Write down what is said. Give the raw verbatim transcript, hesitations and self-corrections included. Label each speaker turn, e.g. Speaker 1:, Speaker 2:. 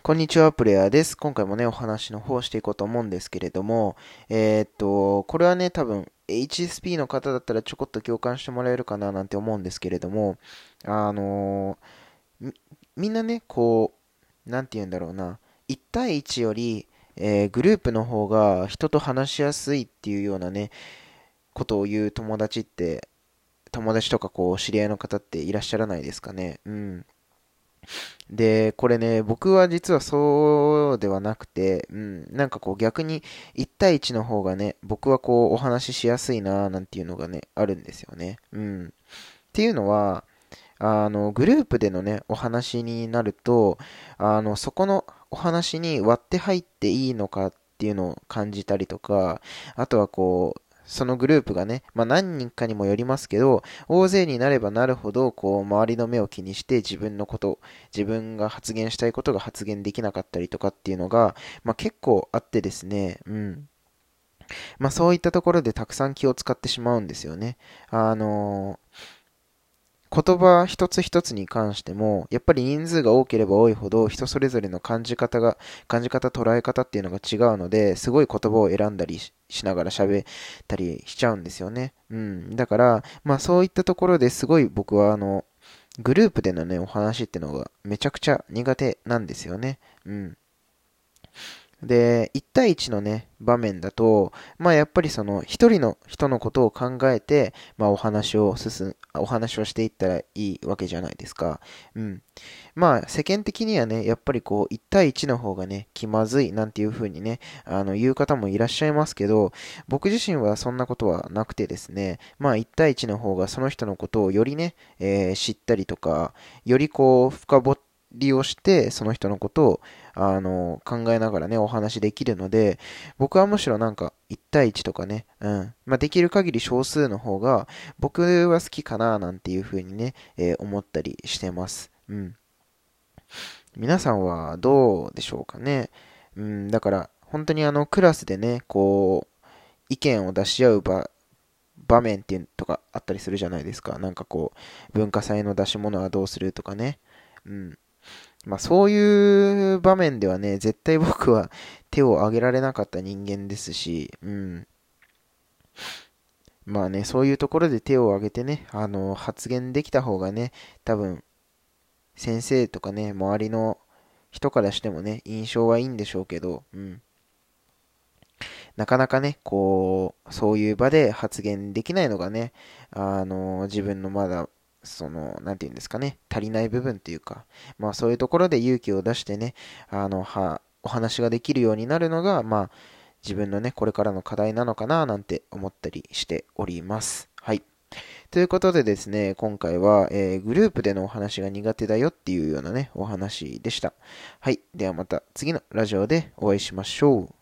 Speaker 1: こんにちは、プレイヤーです。今回もね、お話の方をしていこうと思うんですけれども、えーっと、これはね、多分、エイチエスピー の方だったらちょこっと共感してもらえるかななんて思うんですけれども、あのーみ、みんなね、こう、なんて言うんだろうな、いち対いちより、えーグループの方が人と話しやすいっていうようなね、ことを言う友達って、友達とかこう、知り合いの方っていらっしゃらないですかね。うん。で、これね、僕は実はそうではなくて、うん、なんかこう逆にいち対いちの方がね、僕はこうお話ししやすいななんていうのがね、あるんですよね。うん。っていうのは、あの、グループでのね、お話になると、あの、そこのお話に割って入っていいのかっていうのを感じたりとか、あとはこう、そのグループがね、まあ何人かにもよりますけど、大勢になればなるほど、こう、周りの目を気にして自分のこと、自分が発言したいことが発言できなかったりとかっていうのが、まあ結構あってですね、うん。まあそういったところでたくさん気を使ってしまうんですよね。あの言葉一つ一つに関しても、やっぱり人数が多ければ多いほど、人それぞれの感じ方が、感じ方、捉え方っていうのが違うので、すごい言葉を選んだりししながら喋ったりしちゃうんですよね。うん。だから、まあそういったところですごい僕はあの、グループでのね、お話っていうのがめちゃくちゃ苦手なんですよね。うん。で、いち対いちのね、場面だと、まあやっぱりその一人の人のことを考えて、まあお話を進ん、お話をしていったらいいわけじゃないですか。うん。まあ世間的にはね、やっぱりこういち対いちの方がね、気まずいなんていう風にね、あの言う方もいらっしゃいますけど、僕自身はそんなことはなくてですね、まあいち対いちの方がその人のことをよりね、えー知ったりとか、よりこう深掘りをして、その人のことをあの、考えながらね、お話できるので、僕はむしろなんか、いち対いちとかね、うん。まあ、できる限り少数の方が、僕は好きかな、なんていう風にね、えー思ったりしてます。うん。皆さんはどうでしょうかね。うん、だから、本当にあの、クラスでね、こう、意見を出し合う場、場面っていうのとかあったりするじゃないですか。なんかこう、文化祭の出し物はどうするとかね。うん。まあそういう場面ではね、絶対僕は手を挙げられなかった人間ですし、うん。まあね、そういうところで手を挙げてね、あの、発言できた方がね、多分、先生とかね、周りの人からしてもね、印象はいいんでしょうけど、うん。なかなかね、こう、そういう場で発言できないのがね、あの、自分のまだ、その、なんていうんですかね、足りない部分っていうか、まあそういうところで勇気を出してね、あの、は、お話ができるようになるのが、まあ自分のね、これからの課題なのかななんて思ったりしております。はい。ということでですね、今回は、えーグループでのお話が苦手だよっていうようなね、お話でした。はい。ではまた次のラジオでお会いしましょう。